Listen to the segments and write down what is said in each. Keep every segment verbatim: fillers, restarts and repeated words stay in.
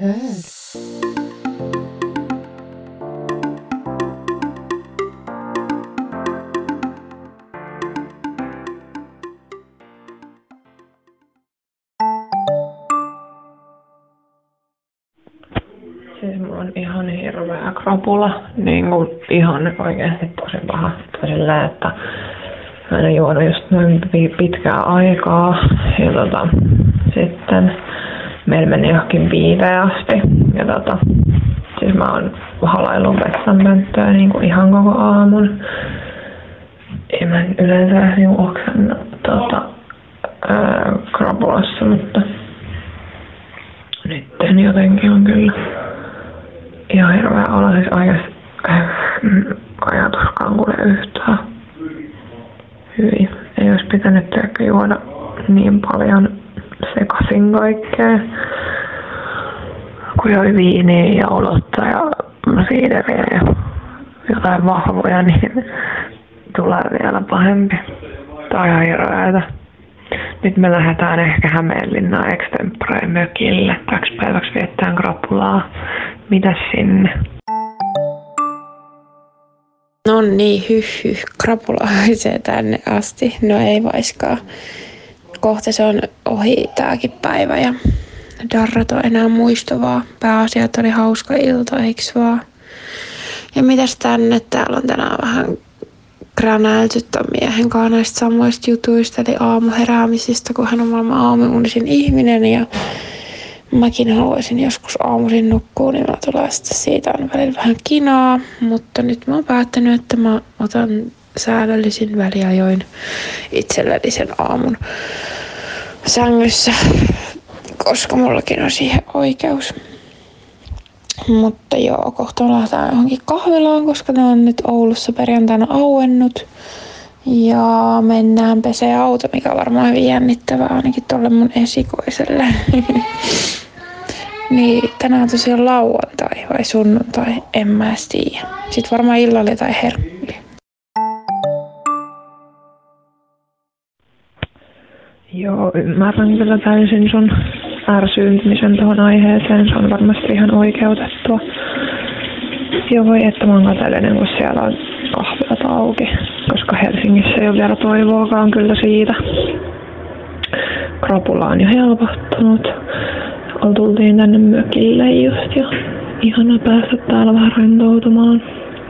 heard. Siis mulla on ihan hirveä krapula, niin kuin ihan oikeasti tosi paha. Silleen, että mä en ole juonut just noin pitkää aikaa ja tota, sitten meillä meni johonkin viiteen asti ja tota, siis mä oon halaillut vessanpönttöä niin kuin ihan koko aamun. En mä yleensä niin oksenna tota, ää, krapulassa, mutta nyt jotenkin on kyllä ihan hirveä olo, siis oikeasti ajatuskaan kuule yhtään hyvin. Ei olisi pitänyt ehkä juoda niin paljon sekaisin kaikkea, kun joi viiniä ja olutta ja siideriä ja jotain vahvoja, niin tulee vielä pahempi. Tää on ihan hirveätä. Nyt me lähdetään ehkä Hämeenlinnaan extemporeen mökille. Täksi päiväksi viettään krapulaa. Mitäs sinne? No niin, hyh hyh. Krapula haisee tänne asti. No ei vaiskaan. Kohta se on ohi tääkin päivä ja darrat on enää muistovaa. Pääasia, että oli hauska ilta, eiks vaan? Ja mitäs tänne? Täällä on tänään vähän kränäilty ton miehen kanssa näistä samoista jutuista, eli aamuheräämisistä, kun hän on maailman aamuunisin ihminen ja mäkin haluaisin joskus aamuisin nukkua, niin mä tulee sitten siitä on välillä vähän kinaa, mutta nyt mä oon päättänyt, että mä otan säännöllisin väliajoin itselleni sen aamun sängyssä, koska mullakin on siihen oikeus. Mutta joo, kohta me lähdetään johonkin kahvilaan, koska ne on nyt Oulussa perjantaina auennut. Ja mennään pesee auto, mikä on varmaan hyvin jännittävää ainakin tolle mun esikoiselle. Niin tänään tosiaan lauantai vai sunnuntai, en mä edes tiedä. Sitten varmaan illalla tai herkkuja. Joo, ymmärrän kyllä täysin sun ärsyyntymisen tuohon aiheeseen. Se on varmasti ihan oikeutettua. Joo, voi että mä oon kateellinen, kun siellä on kahvilat auki, koska Helsingissä ei ole vielä toivoakaan kyllä siitä. Krapula on jo helpottunut. Tultiin tänne mökille just ja ihana päästä täällä vähän rentoutumaan.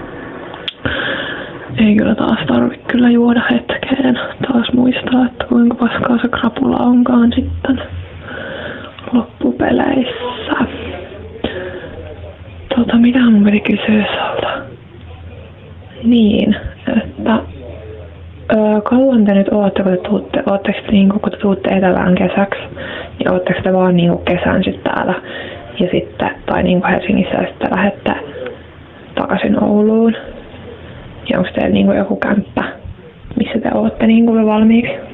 Ei kyllä taas tarvi kyllä juoda hetkeen. Taas muistaa, että kuinka paskaa se krapula onkaan sitten loppupeleissä. Tota, mitä mun piti kysyä sulta? Niin, että öö, kauan te nyt ootte, kun te tuutte, ootteko te, niin kun te tuutte etelään kesäksi, niin ootteko te vaan niin kesän sitten täällä ja sitten, tai niin Helsingissä ja sitten lähdette takaisin Ouluun? Ja onko teillä niin joku kämppä, missä te ootte niin valmiiksi?